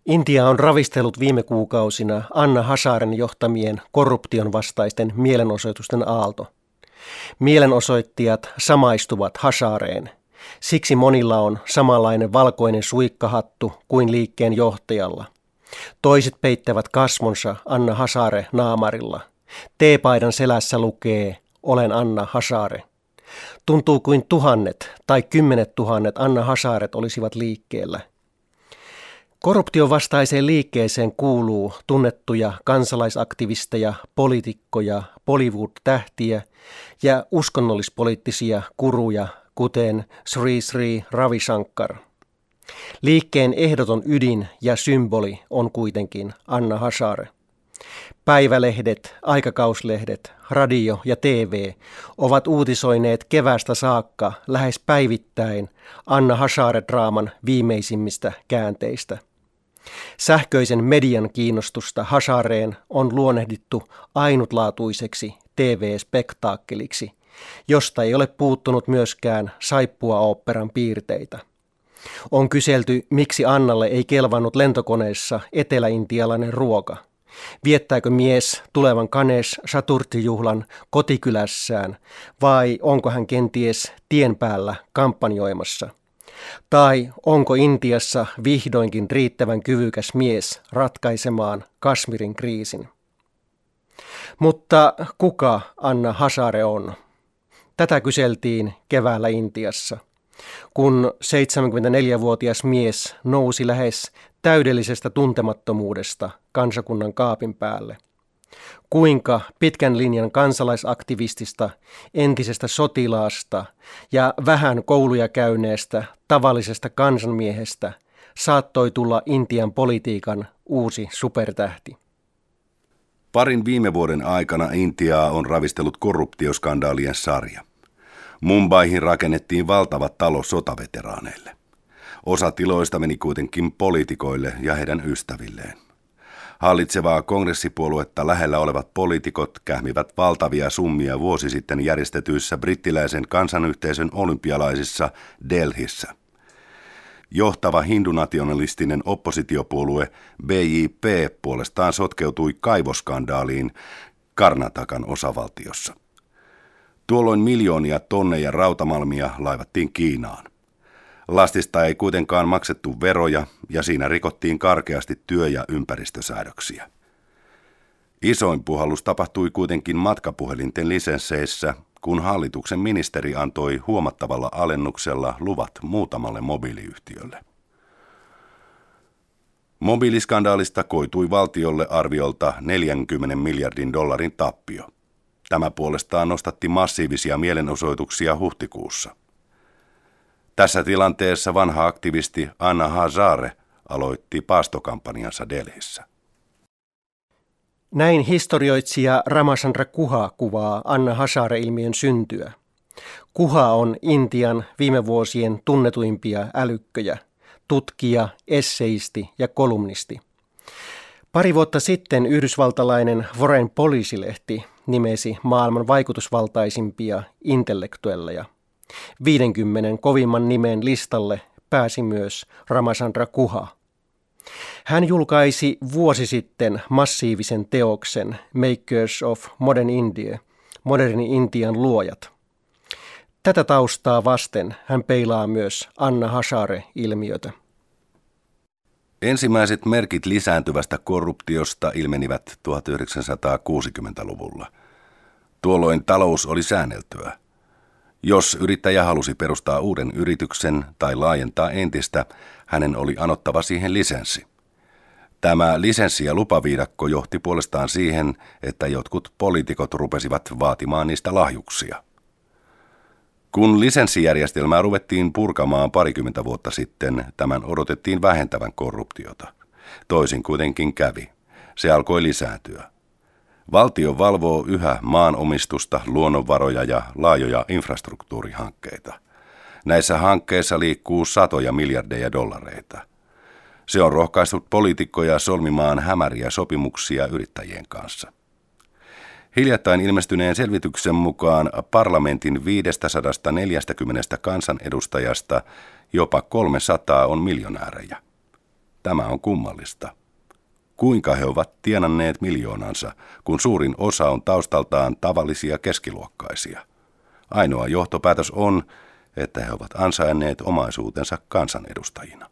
Intia on ravistellut viime kuukausina Anna Hazaren johtamien korruption vastaisten mielenosoitusten aalto. Mielenosoittajat samaistuvat Hazareen. Siksi monilla on samanlainen valkoinen suikkahattu kuin liikkeen johtajalla. Toiset peittävät kasvonsa Anna Hazare naamarilla. Teepaidan selässä lukee "Olen Anna Hazare". Tuntuu kuin tuhannet tai 10 000 Anna Hazaret olisivat liikkeellä. Korruption vastaiseen liikkeeseen kuuluu tunnettuja kansalaisaktivisteja, poliitikkoja, Bollywood-tähtiä ja uskonnollispoliittisia guruja, kuten Sri Sri Ravi Shankar. Liikkeen ehdoton ydin ja symboli on kuitenkin Anna Hazare. Päivälehdet, aikakauslehdet, radio ja TV ovat uutisoineet keväästä saakka lähes päivittäin Anna Hazare-draaman viimeisimmistä käänteistä. Sähköisen median kiinnostusta Hazareen on luonnehdittu ainutlaatuiseksi TV-spektaakkeliksi, josta ei ole puuttunut myöskään saippuaoopperan piirteitä. On kyselty, miksi Annalle ei kelvannut lentokoneessa eteläintialainen ruoka. Viettääkö mies tulevan Ganesh Chaturthi-juhlan kotikylässään vai onko hän kenties tien päällä kampanjoimassa? Tai onko Intiassa vihdoinkin riittävän kyvykäs mies ratkaisemaan Kashmirin kriisin? Mutta kuka Anna Hazare on? Tätä kyseltiin keväällä Intiassa, kun 74-vuotias mies nousi lähes täydellisestä tuntemattomuudesta kansakunnan kaapin päälle. Kuinka pitkän linjan kansalaisaktivistista, entisestä sotilaasta ja vähän kouluja käyneestä tavallisesta kansanmiehestä saattoi tulla Intian politiikan uusi supertähti. Parin viime vuoden aikana Intiaa on ravistellut korruptioskandaalien sarja. Mumbaihin rakennettiin valtava talo sotaveteraaneille. Osa tiloista meni kuitenkin poliitikoille ja heidän ystävilleen. Hallitsevaa kongressipuoluetta lähellä olevat poliitikot kähmivät valtavia summia vuosi sitten järjestetyissä brittiläisen kansanyhteisön olympialaisissa Delhissä. Johtava hindunationalistinen oppositiopuolue BJP puolestaan sotkeutui kaivoskandaaliin Karnatakan osavaltiossa. Tuolloin miljoonia tonneja rautamalmia laivattiin Kiinaan. Lastista ei kuitenkaan maksettu veroja ja siinä rikottiin karkeasti työ- ja ympäristösäädöksiä. Isoin puhallus tapahtui kuitenkin matkapuhelinten lisensseissä, kun hallituksen ministeri antoi huomattavalla alennuksella luvat muutamalle mobiiliyhtiölle. Mobiiliskandaalista koitui valtiolle arviolta 40 miljardin dollarin tappio. Tämä puolestaan nostatti massiivisia mielenosoituksia huhtikuussa. Tässä tilanteessa vanha aktivisti Anna Hazare aloitti paastokampanjansa Delhissä. Näin historioitsija Ramachandra Guha kuvaa Anna Hazare-ilmiön syntyä. Guha on Intian viime vuosien tunnetuimpia älykköjä, tutkija, esseisti ja kolumnisti. Pari vuotta sitten yhdysvaltalainen Foreign Policy-lehti nimesi maailman vaikutusvaltaisimpia intellektuelleja. 50 kovimman nimen listalle pääsi myös Ramachandra Guha. Hän julkaisi vuosi sitten massiivisen teoksen Makers of Modern India, moderni Intian luojat. Tätä taustaa vasten hän peilaa myös Anna Hazare-ilmiötä. Ensimmäiset merkit lisääntyvästä korruptiosta ilmenivät 1960-luvulla. Tuolloin talous oli säänneltyä. Jos yrittäjä halusi perustaa uuden yrityksen tai laajentaa entistä, hänen oli anottava siihen lisenssi. Tämä lisenssi- ja lupaviidakko johti puolestaan siihen, että jotkut poliitikot rupesivat vaatimaan niistä lahjuksia. Kun lisenssijärjestelmää ruvettiin purkamaan parikymmentä vuotta sitten, tämän odotettiin vähentävän korruptiota. Toisin kuitenkin kävi. Se alkoi lisääntyä. Valtio valvoo yhä maanomistusta, luonnonvaroja ja laajoja infrastruktuurihankkeita. Näissä hankkeissa liikkuu satoja miljardeja dollareita. Se on rohkaissut poliitikkoja solmimaan hämäriä sopimuksia yrittäjien kanssa. Hiljattain ilmestyneen selvityksen mukaan parlamentin 540 kansanedustajasta jopa 300 on miljonäärejä. Tämä on kummallista. Kuinka he ovat tienanneet miljoonansa, kun suurin osa on taustaltaan tavallisia keskiluokkaisia? Ainoa johtopäätös on, että he ovat ansainneet omaisuutensa kansanedustajina.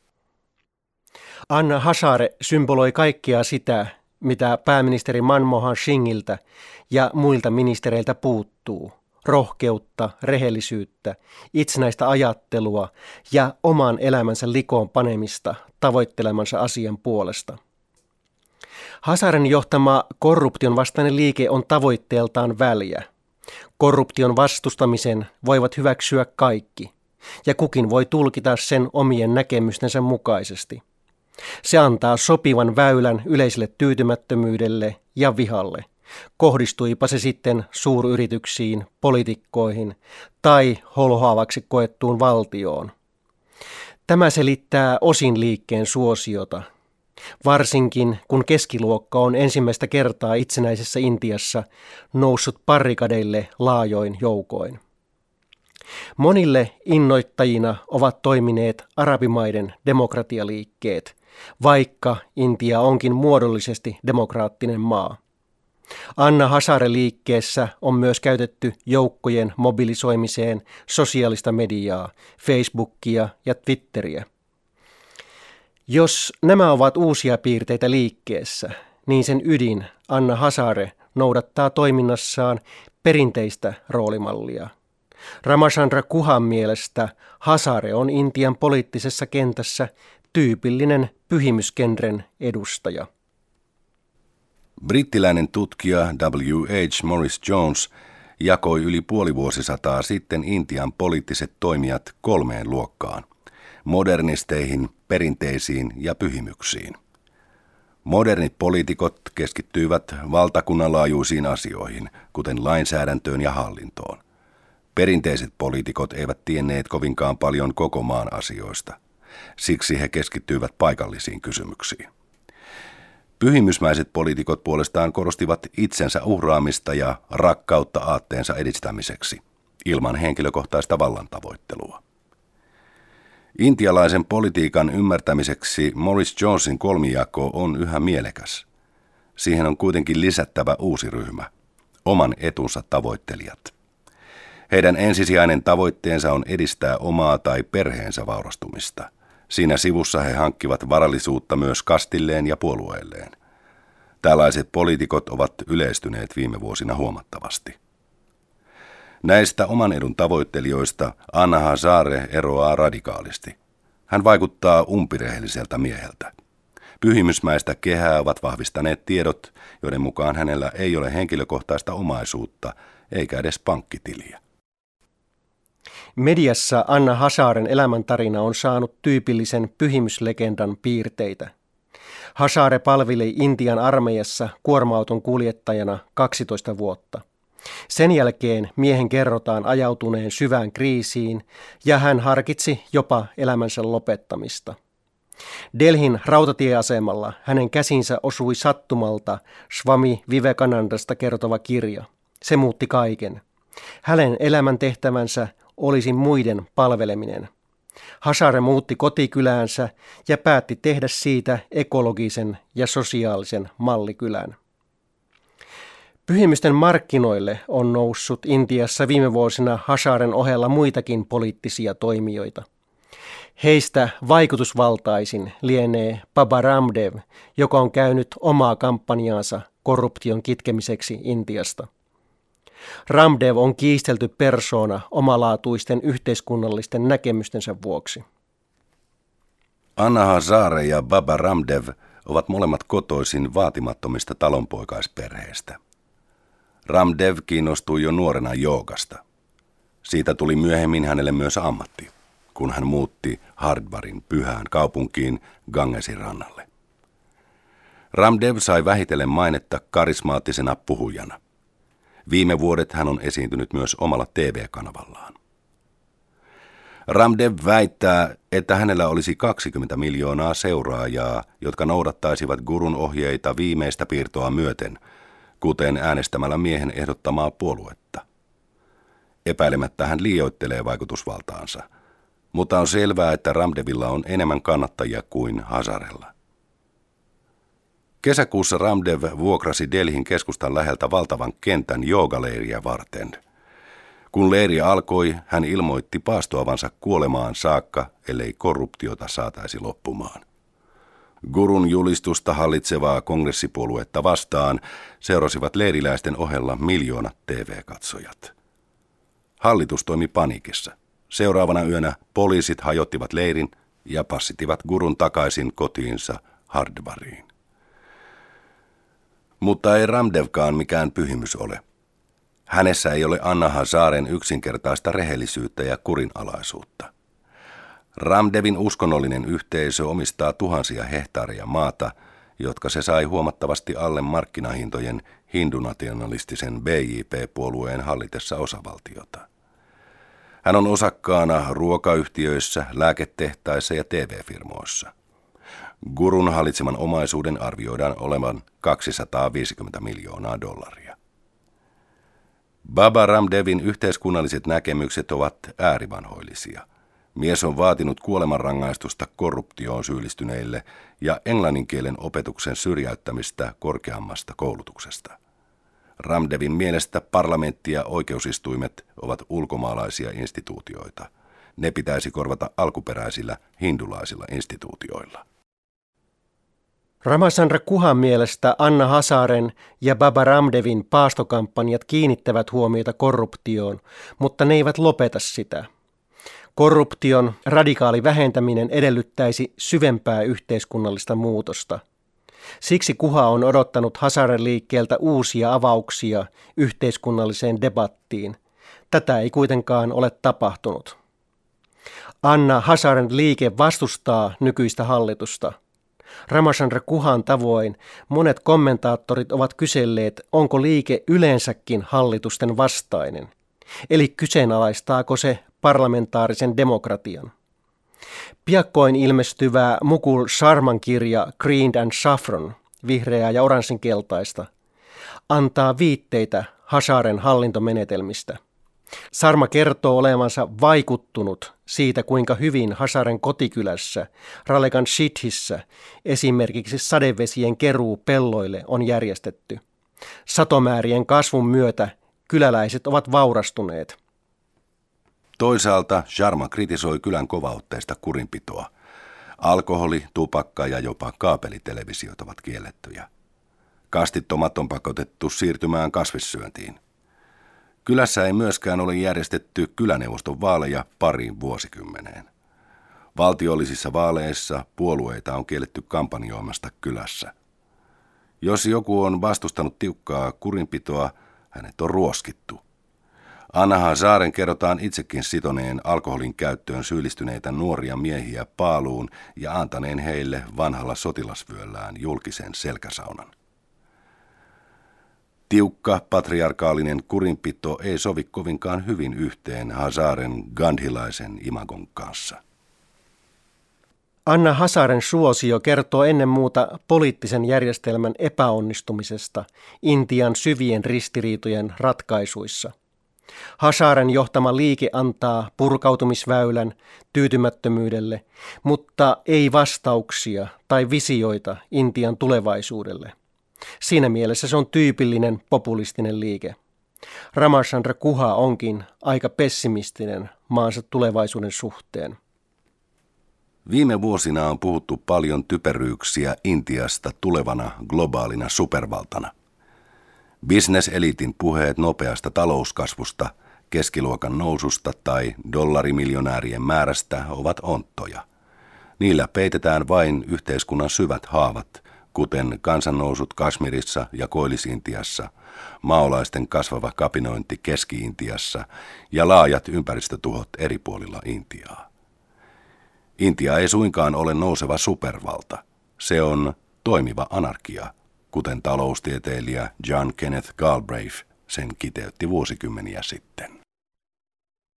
Anna Hazare symboloi kaikkea sitä, mitä pääministeri Manmohan Singhiltä ja muilta ministereiltä puuttuu. Rohkeutta, rehellisyyttä, itsenäistä ajattelua ja oman elämänsä likoon panemista tavoittelemansa asian puolesta. Hazaren johtama korruption vastainen liike on tavoitteeltaan väljä. Korruption vastustamisen voivat hyväksyä kaikki, ja kukin voi tulkita sen omien näkemystensä mukaisesti. Se antaa sopivan väylän yleiselle tyytymättömyydelle ja vihalle, kohdistuipa se sitten suuryrityksiin, poliitikkoihin tai holhoavaksi koettuun valtioon. Tämä selittää osin liikkeen suosiota, varsinkin kun keskiluokka on ensimmäistä kertaa itsenäisessä Intiassa noussut barrikadeille laajoin joukoin. Monille innoittajina ovat toimineet arabimaiden demokratialiikkeet, vaikka Intia onkin muodollisesti demokraattinen maa. Anna Hazare-liikkeessä on myös käytetty joukkojen mobilisoimiseen sosiaalista mediaa, Facebookia ja Twitteriä. Jos nämä ovat uusia piirteitä liikkeessä, niin sen ydin, Anna Hazare, noudattaa toiminnassaan perinteistä roolimallia. Ramachandra Guhan mielestä Hazare on Intian poliittisessa kentässä tyypillinen pyhimysgenren edustaja. Brittiläinen tutkija W.H. Morris Jones jakoi yli puoli vuosisataa sitten Intian poliittiset toimijat 3 luokkaan: modernisteihin, perinteisiin ja pyhimyksiin. Modernit poliitikot keskittyivät valtakunnan laajuisiin asioihin, kuten lainsäädäntöön ja hallintoon. Perinteiset poliitikot eivät tienneet kovinkaan paljon koko maan asioista. Siksi he keskittyivät paikallisiin kysymyksiin. Pyhimysmäiset poliitikot puolestaan korostivat itsensä uhraamista ja rakkautta aatteensa edistämiseksi, ilman henkilökohtaista vallantavoittelua. Intialaisen politiikan ymmärtämiseksi Morris Jonesin kolmijako on yhä mielekäs. Siihen on kuitenkin lisättävä uusi ryhmä, oman etunsa tavoittelijat. Heidän ensisijainen tavoitteensa on edistää omaa tai perheensä vaurastumista. Siinä sivussa he hankkivat varallisuutta myös kastilleen ja puolueelleen. Tällaiset poliitikot ovat yleistyneet viime vuosina huomattavasti. Näistä oman edun tavoittelijoista Anna Hazare eroaa radikaalisti. Hän vaikuttaa umpirehelliseltä mieheltä. Pyhimysmäistä kehää ovat vahvistaneet tiedot, joiden mukaan hänellä ei ole henkilökohtaista omaisuutta eikä edes pankkitiliä. Mediassa Anna Hazaren elämäntarina on saanut tyypillisen pyhimyslegendan piirteitä. Hazare palveli Intian armeijassa kuorma-auton kuljettajana 12 vuotta. Sen jälkeen miehen kerrotaan ajautuneen syvään kriisiin ja hän harkitsi jopa elämänsä lopettamista. Delhin rautatieasemalla hänen käsinsä osui sattumalta Swami Vivekanandasta kertova kirja. Se muutti kaiken. Hänen elämäntehtävänsä olisi muiden palveleminen. Hazare muutti kotikyläänsä ja päätti tehdä siitä ekologisen ja sosiaalisen mallikylän. Pyhimysten markkinoille on noussut Intiassa viime vuosina Hazaren ohella muitakin poliittisia toimijoita. Heistä vaikutusvaltaisin lienee Baba Ramdev, joka on käynyt omaa kampanjaansa korruption kitkemiseksi Intiasta. Ramdev on kiistelty persoona omalaatuisten yhteiskunnallisten näkemystensä vuoksi. Anna Hazare ja Baba Ramdev ovat molemmat kotoisin vaatimattomista talonpoikaisperheistä. Ramdev kiinnostui jo nuorena joogasta. Siitä tuli myöhemmin hänelle myös ammatti, kun hän muutti Hardwarin pyhään kaupunkiin Gangesin rannalle. Ramdev sai vähitellen mainetta karismaattisena puhujana. Viime vuodet hän on esiintynyt myös omalla TV-kanavallaan. Ramdev väittää, että hänellä olisi 20 miljoonaa seuraajaa, jotka noudattaisivat gurun ohjeita viimeistä piirtoa myöten, kuten äänestämällä miehen ehdottamaa puoluetta. Epäilemättä hän liioittelee vaikutusvaltaansa, mutta on selvää, että Ramdevilla on enemmän kannattajia kuin Hazarella. Kesäkuussa Ramdev vuokrasi Delhin keskustan läheltä valtavan kentän joogaleiriä varten. Kun leiri alkoi, hän ilmoitti paastoavansa kuolemaan saakka, ellei korruptiota saataisi loppumaan. Gurun julistusta hallitsevaa kongressipuoluetta vastaan seurasivat leiriläisten ohella miljoonat TV-katsojat. Hallitus toimi paniikissa. Seuraavana yönä poliisit hajottivat leirin ja passittivat Gurun takaisin kotiinsa Hardwariin. Mutta ei Ramdevkaan mikään pyhimys ole. Hänessä ei ole Anna Hazaren yksinkertaista rehellisyyttä ja kurinalaisuutta. Ramdevin uskonnollinen yhteisö omistaa tuhansia hehtaareja maata, jotka se sai huomattavasti alle markkinahintojen hindunationalistisen BJP-puolueen hallitessa osavaltiota. Hän on osakkaana ruokayhtiöissä, lääketehtaissa ja TV-firmoissa. Gurun hallitseman omaisuuden arvioidaan olevan $250 miljoonaa. Baba Ramdevin yhteiskunnalliset näkemykset ovat äärivanhoillisia. Mies on vaatinut kuolemanrangaistusta korruptioon syyllistyneille ja englannin kielen opetuksen syrjäyttämistä korkeammasta koulutuksesta. Ramdevin mielestä parlamentti ja oikeusistuimet ovat ulkomaalaisia instituutioita. Ne pitäisi korvata alkuperäisillä hindulaisilla instituutioilla. Ramachandra Guhan mielestä Anna Hazaren ja Baba Ramdevin paastokampanjat kiinnittävät huomiota korruptioon, mutta ne eivät lopeta sitä. Korruption radikaali vähentäminen edellyttäisi syvempää yhteiskunnallista muutosta. Siksi Guha on odottanut Hazaren liikkeeltä uusia avauksia yhteiskunnalliseen debattiin. Tätä ei kuitenkaan ole tapahtunut. Anna Hazaren liike vastustaa nykyistä hallitusta. Ramachandra Guhan tavoin monet kommentaattorit ovat kyselleet, onko liike yleensäkin hallitusten vastainen, eli kyseenalaistaako se parlamentaarisen demokratian. Piakkoin ilmestyvä Mukul Sharman kirja Green and Saffron, vihreää ja oranssinkeltaista, antaa viitteitä Hazaren hallintomenetelmistä. Sharma kertoo olevansa vaikuttunut siitä, kuinka hyvin Hazaren kotikylässä, Ralegan Shidhissä, esimerkiksi sadevesien keruu pelloille on järjestetty. Satomäärien kasvun myötä kyläläiset ovat vaurastuneet. Toisaalta Sharma kritisoi kylän kovaotteista kurinpitoa. Alkoholi, tupakka ja jopa kaapelitelevisiot ovat kiellettyjä. Kastittomat on pakotettu siirtymään kasvissyöntiin. Kylässä ei myöskään ole järjestetty kyläneuvoston vaaleja pariin vuosikymmeneen. Valtiollisissa vaaleissa puolueita on kielletty kampanjoimasta kylässä. Jos joku on vastustanut tiukkaa kurinpitoa, hänet on ruoskittu. Anna Hazaren kerrotaan itsekin sitoneen alkoholin käyttöön syyllistyneitä nuoria miehiä paaluun ja antaneen heille vanhalla sotilasvyöllään julkisen selkäsaunan. Tiukka patriarkaalinen kurinpito ei sovi kovinkaan hyvin yhteen Hazaren gandhilaisen imagon kanssa. Anna Hazaren suosio kertoo ennen muuta poliittisen järjestelmän epäonnistumisesta Intian syvien ristiriitojen ratkaisuissa. Hazaren johtama liike antaa purkautumisväylän tyytymättömyydelle, mutta ei vastauksia tai visioita Intian tulevaisuudelle. Siinä mielessä se on tyypillinen populistinen liike. Ramachandra Guha onkin aika pessimistinen maansa tulevaisuuden suhteen. Viime vuosina on puhuttu paljon typeryyksiä Intiasta tulevana globaalina supervaltana. Business-eliitin puheet nopeasta talouskasvusta, keskiluokan noususta tai dollarimiljonäärien määrästä ovat onttoja. Niillä peitetään vain yhteiskunnan syvät haavat, kuten kansannousut Kashmirissa ja Koillis-Intiassa, maolaisten kasvava kapinointi Keski-Intiassa ja laajat ympäristötuhot eri puolilla Intiaa. Intia ei suinkaan ole nouseva supervalta. Se on toimiva anarkia, kuten taloustieteilijä John Kenneth Galbraith sen kiteytti vuosikymmeniä sitten.